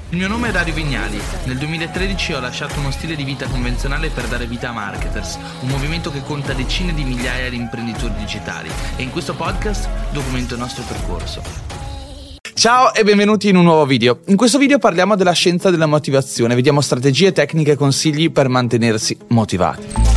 Il mio nome è Dario Vignali. Nel 2013 ho lasciato uno stile di vita convenzionale per dare vita a Marketers, un movimento che conta decine di migliaia di imprenditori digitali, e in questo podcast documento il nostro percorso. Ciao e benvenuti in un nuovo video. In questo video parliamo della scienza della motivazione, vediamo strategie, tecniche e consigli per mantenersi motivati.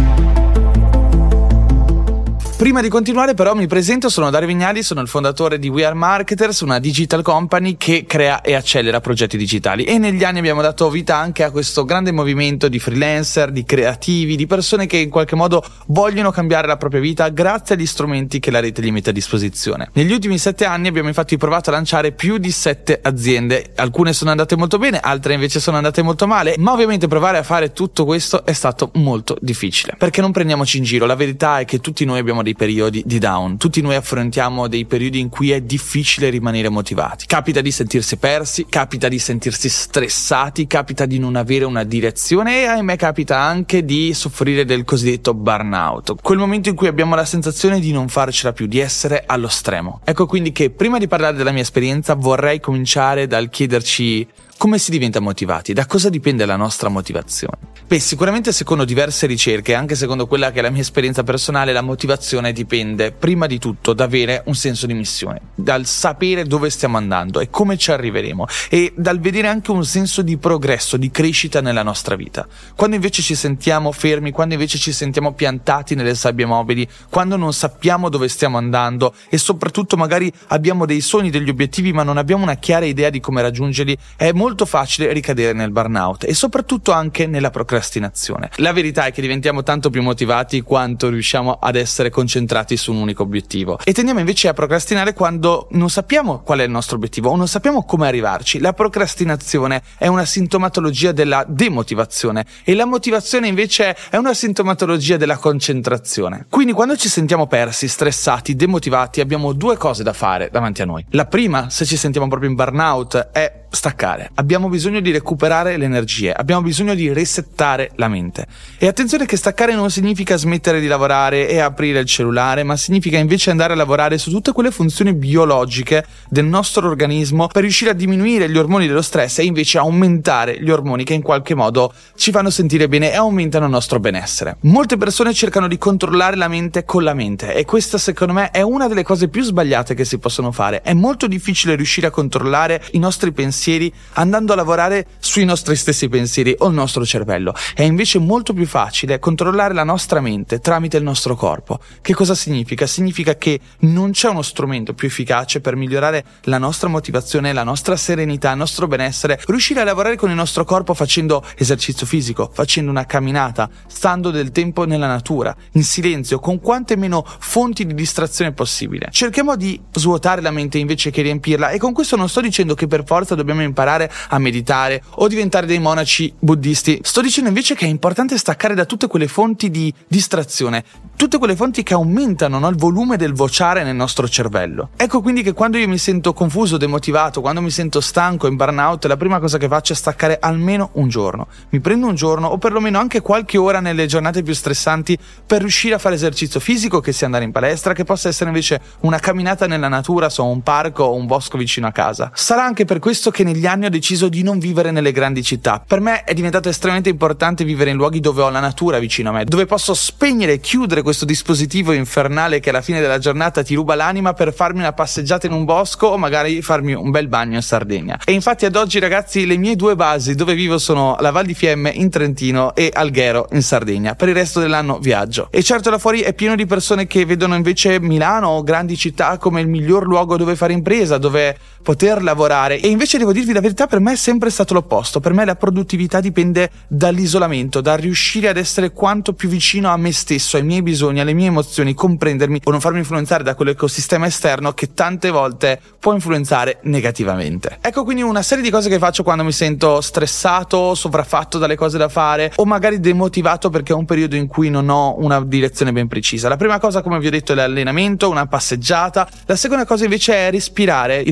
Prima di continuare però mi presento, sono Dario Vignali, sono il fondatore di We Are Marketers, una digital company che crea e accelera progetti digitali, e negli anni abbiamo dato vita anche a questo grande movimento di freelancer, di creativi, di persone che in qualche modo vogliono cambiare la propria vita grazie agli strumenti che la rete gli mette a disposizione. Negli ultimi 7 anni abbiamo infatti provato a lanciare più di 7 aziende, alcune sono andate molto bene, altre invece sono andate molto male, ma ovviamente provare a fare tutto questo è stato molto difficile, perché non prendiamoci in giro, la verità è che tutti noi abbiamo dei periodi di down, tutti noi affrontiamo dei periodi in cui è difficile rimanere motivati, capita di sentirsi persi, capita di sentirsi stressati, capita di non avere una direzione e ahimè capita anche di soffrire del cosiddetto burnout, quel momento in cui abbiamo la sensazione di non farcela più, di essere allo stremo. Ecco quindi che prima di parlare della mia esperienza vorrei cominciare dal chiederci come si diventa motivati, da cosa dipende la nostra motivazione. Beh, sicuramente secondo diverse ricerche, anche secondo quella che è la mia esperienza personale, la motivazione dipende prima di tutto da avere un senso di missione, dal sapere dove stiamo andando e come ci arriveremo, e dal vedere anche un senso di progresso, di crescita nella nostra vita. Quando invece ci sentiamo fermi, quando invece ci sentiamo piantati nelle sabbie mobili, quando non sappiamo dove stiamo andando e soprattutto magari abbiamo dei sogni, degli obiettivi ma non abbiamo una chiara idea di come raggiungerli, è molto facile ricadere nel burnout e soprattutto anche nella procrastinazione. La verità è che diventiamo tanto più motivati quanto riusciamo ad essere concentrati su un unico obiettivo, e tendiamo invece a procrastinare quando non sappiamo qual è il nostro obiettivo o non sappiamo come arrivarci. La procrastinazione è una sintomatologia della demotivazione e la motivazione invece è una sintomatologia della concentrazione. Quindi quando ci sentiamo persi, stressati, demotivati, abbiamo 2 cose da fare davanti a noi. La prima, se ci sentiamo proprio in burnout, è staccare. Abbiamo bisogno di recuperare le energie, abbiamo bisogno di resettare la mente. E attenzione che staccare non significa smettere di lavorare e aprire il cellulare, ma significa invece andare a lavorare su tutte quelle funzioni biologiche del nostro organismo per riuscire a diminuire gli ormoni dello stress e invece aumentare gli ormoni che in qualche modo ci fanno sentire bene e aumentano il nostro benessere. Molte persone cercano di controllare la mente con la mente, e questa secondo me è una delle cose più sbagliate che si possono fare. È molto difficile riuscire a controllare i nostri pensieri andando a lavorare sui nostri stessi pensieri o il nostro cervello. È invece molto più facile controllare la nostra mente tramite il nostro corpo. Che cosa significa? Significa che non c'è uno strumento più efficace per migliorare la nostra motivazione, la nostra serenità, il nostro benessere, riuscire a lavorare con il nostro corpo facendo esercizio fisico, facendo una camminata, stando del tempo nella natura, in silenzio, con quante meno fonti di distrazione possibile. Cerchiamo di svuotare la mente invece che riempirla, e con questo non sto dicendo che per forza dobbiamo imparare a meditare o diventare dei monaci buddisti. Sto dicendo invece che è importante staccare da tutte quelle fonti di distrazione, tutte quelle fonti che aumentano, no, il volume del vociare nel nostro cervello. Ecco quindi che quando io mi sento confuso, demotivato, quando mi sento stanco, in burnout, la prima cosa che faccio è staccare almeno un giorno. Mi prendo un giorno o perlomeno anche qualche ora nelle giornate più stressanti per riuscire a fare esercizio fisico, che sia andare in palestra, che possa essere invece una camminata nella natura, su un parco o un bosco vicino a casa. Sarà anche per questo che negli anni ho deciso di non vivere nelle grandi città. Per me è diventato estremamente importante vivere in luoghi dove ho la natura vicino a me, dove posso spegnere e chiudere questo dispositivo infernale che alla fine della giornata ti ruba l'anima, per farmi una passeggiata in un bosco o magari farmi un bel bagno in Sardegna. E infatti ad oggi, ragazzi, le mie 2 basi dove vivo sono la Val di Fiemme in Trentino e Alghero in Sardegna. Per il resto dell'anno viaggio. E certo là fuori è pieno di persone che vedono invece Milano o grandi città come il miglior luogo dove fare impresa, dove poter lavorare, e invece devo dirvi la verità, per me è sempre stato l'opposto. Per me la produttività dipende dall'isolamento, dal riuscire ad essere quanto più vicino a me stesso, ai miei bisogni, alle mie emozioni, comprendermi o non farmi influenzare da quell'ecosistema esterno che tante volte può influenzare negativamente. Ecco quindi una serie di cose che faccio quando mi sento stressato, sopraffatto dalle cose da fare o magari demotivato perché è un periodo in cui non ho una direzione ben precisa. La prima cosa, come vi ho detto, è l'allenamento, una passeggiata. La seconda cosa invece è respirare. Il breathwork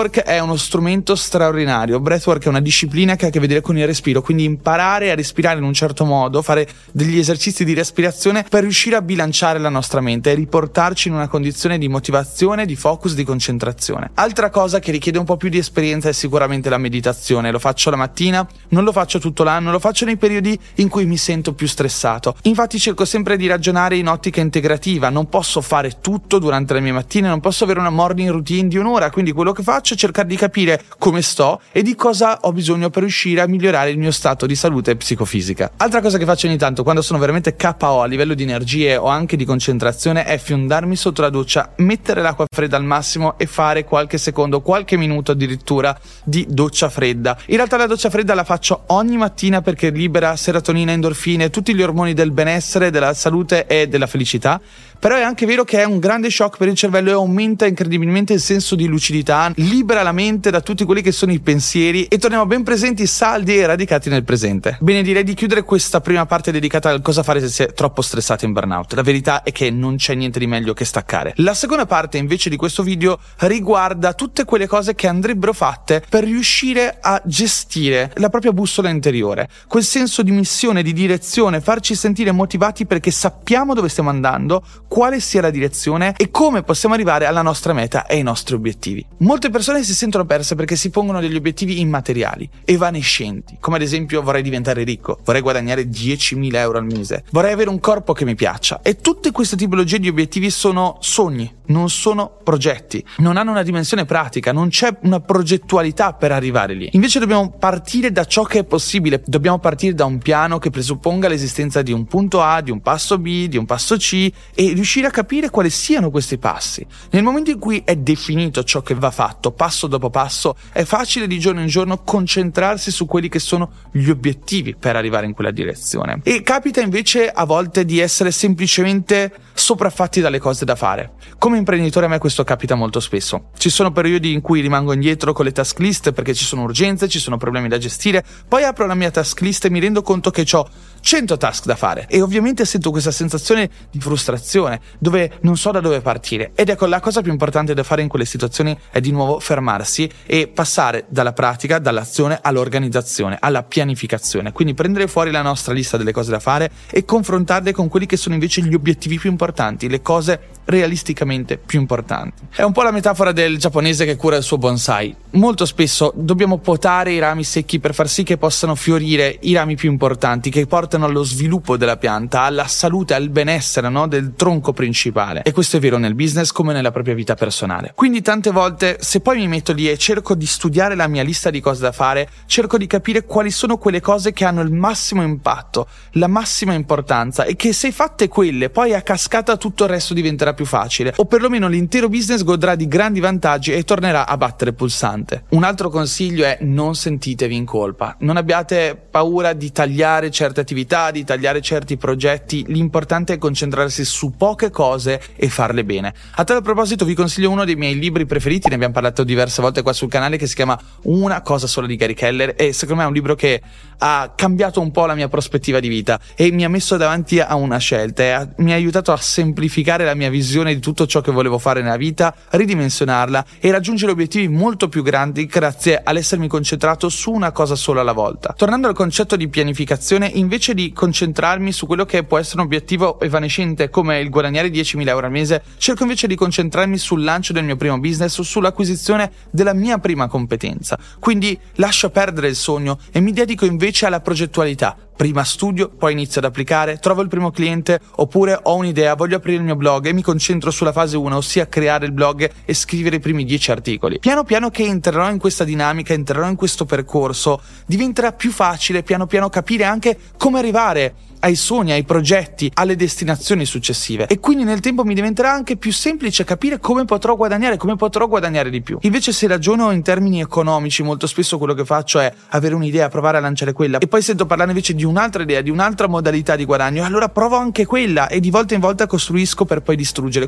breathwork è uno strumento straordinario. Breathwork è una disciplina che ha a che vedere con il respiro, quindi imparare a respirare in un certo modo, fare degli esercizi di respirazione per riuscire a bilanciare la nostra mente e riportarci in una condizione di motivazione, di focus, di concentrazione. Altra cosa che richiede un po' più di esperienza è sicuramente la meditazione. Lo faccio la mattina, non lo faccio tutto l'anno, lo faccio nei periodi in cui mi sento più stressato. Infatti cerco sempre di ragionare in ottica integrativa. Non posso fare tutto durante le mie mattine, non posso avere una morning routine di un'ora, quindi quello che faccio è cercare di capire come sto e di cosa ho bisogno per riuscire a migliorare il mio stato di salute psicofisica. Altra cosa che faccio ogni tanto quando sono veramente KO a livello di energie o anche di concentrazione è fiondarmi sotto la doccia, mettere l'acqua fredda al massimo e fare qualche secondo, qualche minuto addirittura di doccia fredda. In realtà la doccia fredda la faccio ogni mattina perché libera serotonina, endorfine, tutti gli ormoni del benessere, della salute e della felicità. Però è anche vero che è un grande shock per il cervello e aumenta incredibilmente il senso di lucidità, libera la mente da tutti quelli che sono i pensieri e torniamo ben presenti, saldi e radicati nel presente. Bene, direi di chiudere questa prima parte dedicata al cosa fare se si è troppo stressati in burnout. La verità è che non c'è niente di meglio che staccare. La seconda parte invece di questo video riguarda tutte quelle cose che andrebbero fatte per riuscire a gestire la propria bussola interiore, quel senso di missione, di direzione, farci sentire motivati perché sappiamo dove stiamo andando, quale sia la direzione e come possiamo arrivare alla nostra meta e ai nostri obiettivi. Molte persone si sentono perse perché si pongono degli obiettivi immateriali, evanescenti, come ad esempio vorrei diventare ricco, vorrei guadagnare 10.000 euro al mese, vorrei avere un corpo che mi piaccia, e tutte queste tipologie di obiettivi sono sogni, non sono progetti, non hanno una dimensione pratica, non c'è una progettualità per arrivare lì. Invece dobbiamo partire da ciò che è possibile, dobbiamo partire da un piano che presupponga l'esistenza di un punto A, di un passo B, di un passo C e riuscire a capire quali siano questi passi. Nel momento in cui è definito ciò che va fatto, passo dopo passo, è facile di giorno in giorno concentrarsi su quelli che sono gli obiettivi per arrivare in quella direzione. E capita invece a volte di essere semplicemente sopraffatti dalle cose da fare. Come imprenditore a me questo capita molto spesso. Ci sono periodi in cui rimango indietro con le task list perché ci sono urgenze, ci sono problemi da gestire, poi apro la mia task list e mi rendo conto che ho 100 task da fare e ovviamente sento questa sensazione di frustrazione dove non so da dove partire. Ed ecco, la cosa più importante da fare in quelle situazioni è di nuovo fermarsi e passare dalla pratica, dall'azione all'organizzazione, alla pianificazione. Quindi prendere fuori la nostra lista delle cose da fare e confrontarle con quelli che sono invece gli obiettivi più importanti, le cose realisticamente più importanti. È un po' la metafora del giapponese che cura il suo bonsai. Molto spesso dobbiamo potare i rami secchi per far sì che possano fiorire i rami più importanti, che portano allo sviluppo della pianta, alla salute, al benessere, no? Del tronco principale. E questo è vero nel business come nella propria vita personale. Quindi tante volte se poi mi metto lì e cerco di studiare la mia lista di cose da fare, cerco di capire quali sono quelle cose che hanno il massimo impatto, la massima importanza, e che se fatte quelle poi a cascata tutto il resto diventerà più facile, o perlomeno l'intero business godrà di grandi vantaggi e tornerà a battere il pulsante. Un altro consiglio è: non sentitevi in colpa, non abbiate paura di tagliare certe attività, di tagliare certi progetti. L'importante è concentrarsi su poche cose e farle bene. A tal proposito vi consiglio uno dei miei libri preferiti, ne abbiamo parlato diverse volte qua sul canale, che si chiama Una cosa sola di Gary Keller, e secondo me è un libro che ha cambiato un po' la mia prospettiva di vita e mi ha messo davanti a una scelta e mi ha aiutato a semplificare la mia visione di tutto ciò che volevo fare nella vita, ridimensionarla e raggiungere obiettivi molto più grandi grazie all'essermi concentrato su una cosa sola alla volta. Tornando al concetto di pianificazione, invece di concentrarmi su quello che può essere un obiettivo evanescente come il guadagnare 10.000 euro al mese, cerco invece di concentrarmi sul lancio del mio primo business o sull'acquisizione della mia prima competenza. Quindi lascio perdere il sogno e mi dedico invece alla progettualità. Prima studio, poi inizio ad applicare, trovo il primo cliente, oppure ho un'idea, voglio aprire il mio blog e mi concentro sulla fase 1, ossia creare il blog e scrivere i primi 10 articoli. Piano piano che entrerò in questa dinamica, entrerò in questo percorso, diventerà più facile piano piano capire anche come arrivare ai sogni, ai progetti, alle destinazioni successive, e quindi nel tempo mi diventerà anche più semplice capire come potrò guadagnare di più. Invece se ragiono in termini economici, molto spesso quello che faccio è avere un'idea, provare a lanciare quella e poi sento parlare invece di un'altra idea, di un'altra modalità di guadagno, allora provo anche quella e di volta in volta costruisco per poi distruggere.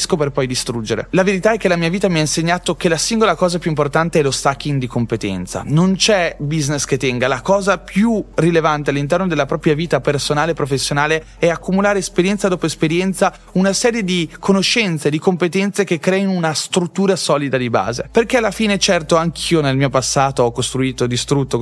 La verità è che la mia vita mi ha insegnato che la singola cosa più importante è lo stacking di competenza. Non c'è business che tenga. La cosa più rilevante all'interno della propria vita personale personale e professionale è accumulare esperienza dopo esperienza una serie di conoscenze, di competenze che creino una struttura solida di base. Perché alla fine, certo, anch'io nel mio passato ho costruito, distrutto.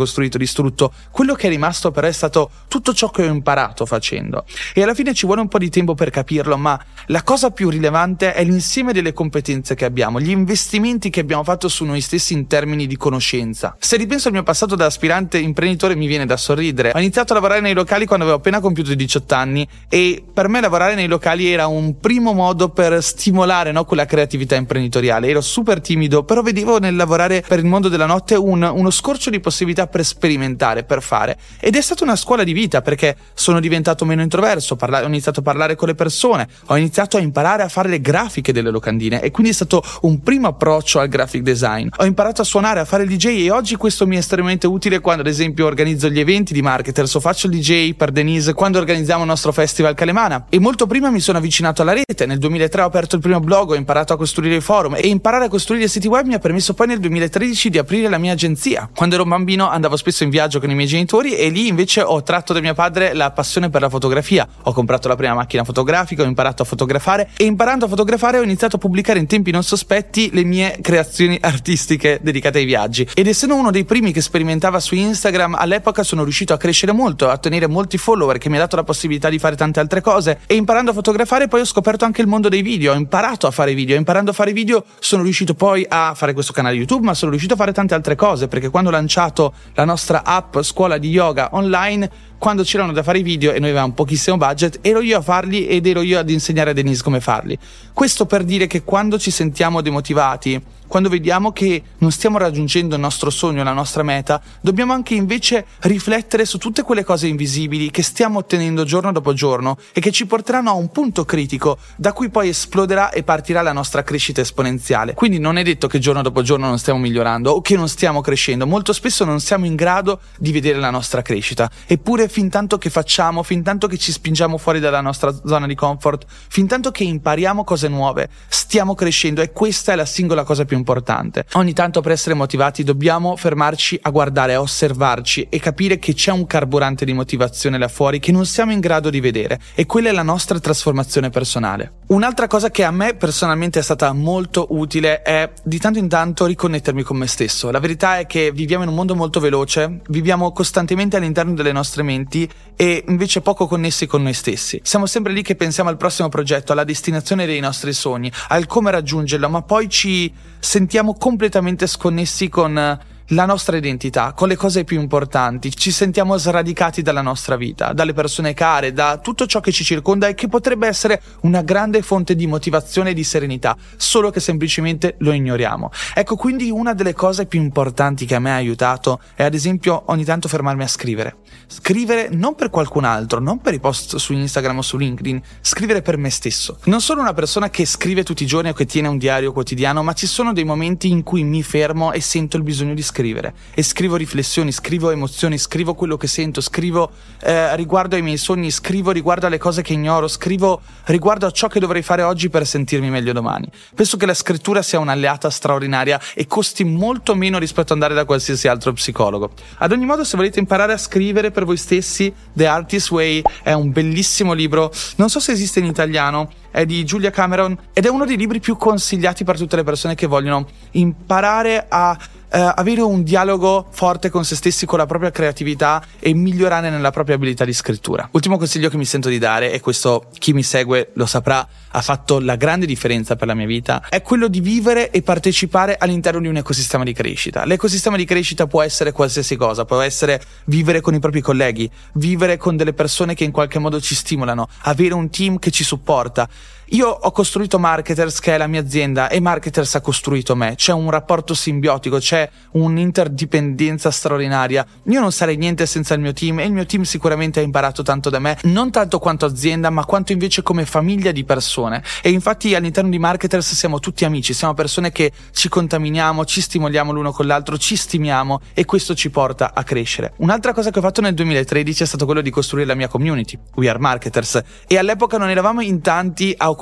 Quello che è rimasto però è stato tutto ciò che ho imparato facendo. E alla fine ci vuole un po' di tempo per capirlo, ma la cosa più rilevante è l'insieme delle competenze che abbiamo, gli investimenti che abbiamo fatto su noi stessi in termini di conoscenza. Se ripenso al mio passato da aspirante imprenditore mi viene da sorridere. Ho iniziato a lavorare nei locali quando avevo appena compiuto i 18 anni e per me lavorare nei locali era un primo modo per stimolare, no, quella creatività imprenditoriale. Ero super timido, però vedevo nel lavorare per il mondo della notte uno scorcio di possibilità per sperimentare, per fare. Ed è stata una scuola di vita perché sono diventato meno introverso, ho iniziato a parlare con le persone, ho iniziato a imparare a fare le grafiche delle locandine e quindi è stato un primo approccio al graphic design. Ho imparato a suonare, a fare il DJ e oggi questo mi è estremamente utile quando ad esempio organizzo gli eventi di Marketers o faccio il DJ per Denise quando organizziamo il nostro festival Calemana. E molto prima mi sono avvicinato alla rete, nel 2003 ho aperto il primo blog, ho imparato a costruire i forum e imparare a costruire siti web mi ha permesso poi nel 2013 di aprire la mia agenzia. Quando ero un bambino andavo spesso in viaggio con i miei genitori e lì invece ho tratto da mio padre la passione per la fotografia. Ho comprato la prima macchina fotografica, ho imparato a fotografare e imparando a fotografare ho iniziato a pubblicare in tempi non sospetti le mie creazioni artistiche dedicate ai viaggi. Ed essendo uno dei primi che sperimentava su Instagram, all'epoca sono riuscito a crescere molto, a ottenere molti follower che mi ha dato la possibilità di fare tante altre cose e imparando a fotografare poi ho scoperto anche il mondo dei video, ho imparato a fare video, imparando a fare video sono riuscito poi a fare questo canale YouTube, ma sono riuscito a fare tante altre cose perché quando ho lanciato la nostra app scuola di yoga online, quando c'erano da fare i video e noi avevamo pochissimo budget, ero io a farli ed ero io ad insegnare a Denise come farli. Questo per dire che quando ci sentiamo demotivati, quando vediamo che non stiamo raggiungendo il nostro sogno, la nostra meta, dobbiamo anche invece riflettere su tutte quelle cose invisibili che stiamo ottenendo giorno dopo giorno e che ci porteranno a un punto critico da cui poi esploderà e partirà la nostra crescita esponenziale. Quindi non è detto che giorno dopo giorno non stiamo migliorando o che non stiamo crescendo, molto spesso non siamo in grado di vedere la nostra crescita, eppure fin tanto che facciamo, fin tanto che ci spingiamo fuori dalla nostra zona di comfort, fin tanto che impariamo cose nuove, stiamo crescendo e questa è la singola cosa più importante. Ogni tanto per essere motivati dobbiamo fermarci a guardare, a osservarci e capire che c'è un carburante di motivazione là fuori che non siamo in grado di vedere e quella è la nostra trasformazione personale. Un'altra cosa che a me personalmente è stata molto utile è di tanto in tanto riconnettermi con me stesso. La verità è che viviamo in un mondo molto veloce, viviamo costantemente all'interno delle nostre menti e invece poco connessi con noi stessi. Siamo sempre lì che pensiamo al prossimo progetto, alla destinazione dei nostri sogni, al come raggiungerlo, ma poi ci sentiamo completamente sconnessi con la nostra identità, con le cose più importanti, ci sentiamo sradicati dalla nostra vita, dalle persone care, da tutto ciò che ci circonda e che potrebbe essere una grande fonte di motivazione e di serenità, solo che semplicemente lo ignoriamo. Ecco, quindi una delle cose più importanti che a me ha aiutato è ad esempio ogni tanto fermarmi a scrivere. Scrivere non per qualcun altro, non per i post su Instagram o su LinkedIn, scrivere per me stesso. Non sono una persona che scrive tutti i giorni o che tiene un diario quotidiano, ma ci sono dei momenti in cui mi fermo e sento il bisogno di scrivere e scrivo riflessioni, scrivo emozioni, scrivo quello che sento, scrivo riguardo ai miei sogni, scrivo riguardo alle cose che ignoro, scrivo riguardo a ciò che dovrei fare oggi per sentirmi meglio domani. Penso che la scrittura sia un'alleata straordinaria e costi molto meno rispetto ad andare da qualsiasi altro psicologo. Ad ogni modo, se volete imparare a scrivere per voi stessi, The Artist's Way è un bellissimo libro, non so se esiste in italiano, è di Julia Cameron ed è uno dei libri più consigliati per tutte le persone che vogliono imparare a avere un dialogo forte con se stessi, con la propria creatività e migliorare nella propria abilità di scrittura. Ultimo consiglio che mi sento di dare, e questo chi mi segue lo saprà, ha fatto la grande differenza per la mia vita, è quello di vivere e partecipare all'interno di un ecosistema di crescita. L'ecosistema di crescita può essere qualsiasi cosa, può essere vivere con i propri colleghi, vivere con delle persone che in qualche modo ci stimolano, avere un team che ci supporta. Io ho costruito Marketers, che è la mia azienda, e Marketers ha costruito me. C'è un rapporto simbiotico, c'è un'interdipendenza straordinaria. Io non sarei niente senza il mio team e il mio team sicuramente ha imparato tanto da me, non tanto quanto azienda, ma quanto invece come famiglia di persone. E infatti all'interno di Marketers siamo tutti amici, siamo persone che ci contaminiamo, ci stimoliamo l'uno con l'altro, ci stimiamo e questo ci porta a crescere. Un'altra cosa che ho fatto nel 2013 è stato quello di costruire la mia community, We Are Marketers, e all'epoca non eravamo in tanti a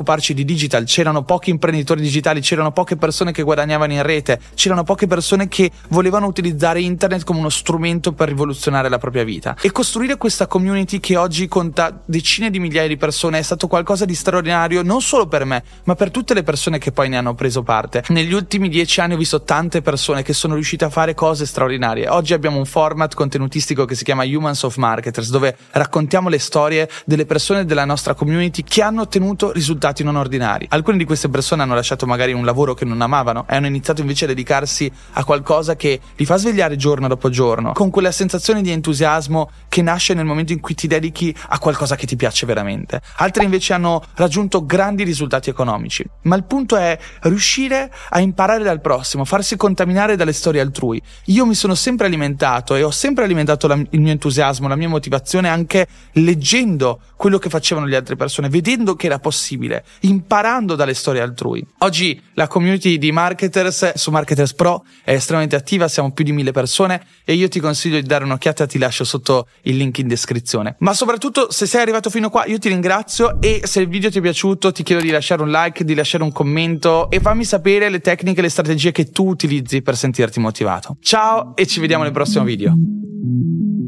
occuparci di digital, c'erano pochi imprenditori digitali, c'erano poche persone che guadagnavano in rete, c'erano poche persone che volevano utilizzare internet come uno strumento per rivoluzionare la propria vita. E costruire questa community che oggi conta decine di migliaia di persone è stato qualcosa di straordinario, non solo per me, ma per tutte le persone che poi ne hanno preso parte. Negli ultimi 10 anni ho visto tante persone che sono riuscite a fare cose straordinarie. Oggi abbiamo un format contenutistico che si chiama Humans of Marketers, dove raccontiamo le storie delle persone della nostra community che hanno ottenuto risultati non ordinari. Alcune di queste persone hanno lasciato magari un lavoro che non amavano e hanno iniziato invece a dedicarsi a qualcosa che li fa svegliare giorno dopo giorno, con quella sensazione di entusiasmo che nasce nel momento in cui ti dedichi a qualcosa che ti piace veramente. Altri invece hanno raggiunto grandi risultati economici. Ma il punto è riuscire a imparare dal prossimo, farsi contaminare dalle storie altrui. Io mi sono sempre alimentato e ho sempre alimentato il mio entusiasmo, la mia motivazione anche leggendo quello che facevano le altre persone, vedendo che era possibile, imparando dalle storie altrui. Oggi la community di Marketers su Marketers Pro è estremamente attiva, siamo più di 1000 persone e io ti consiglio di dare un'occhiata, ti lascio sotto il link in descrizione. Ma soprattutto, se sei arrivato fino qua, io ti ringrazio, e se il video ti è piaciuto ti chiedo di lasciare un like, di lasciare un commento e fammi sapere le tecniche e le strategie che tu utilizzi per sentirti motivato. Ciao e ci vediamo nel prossimo video.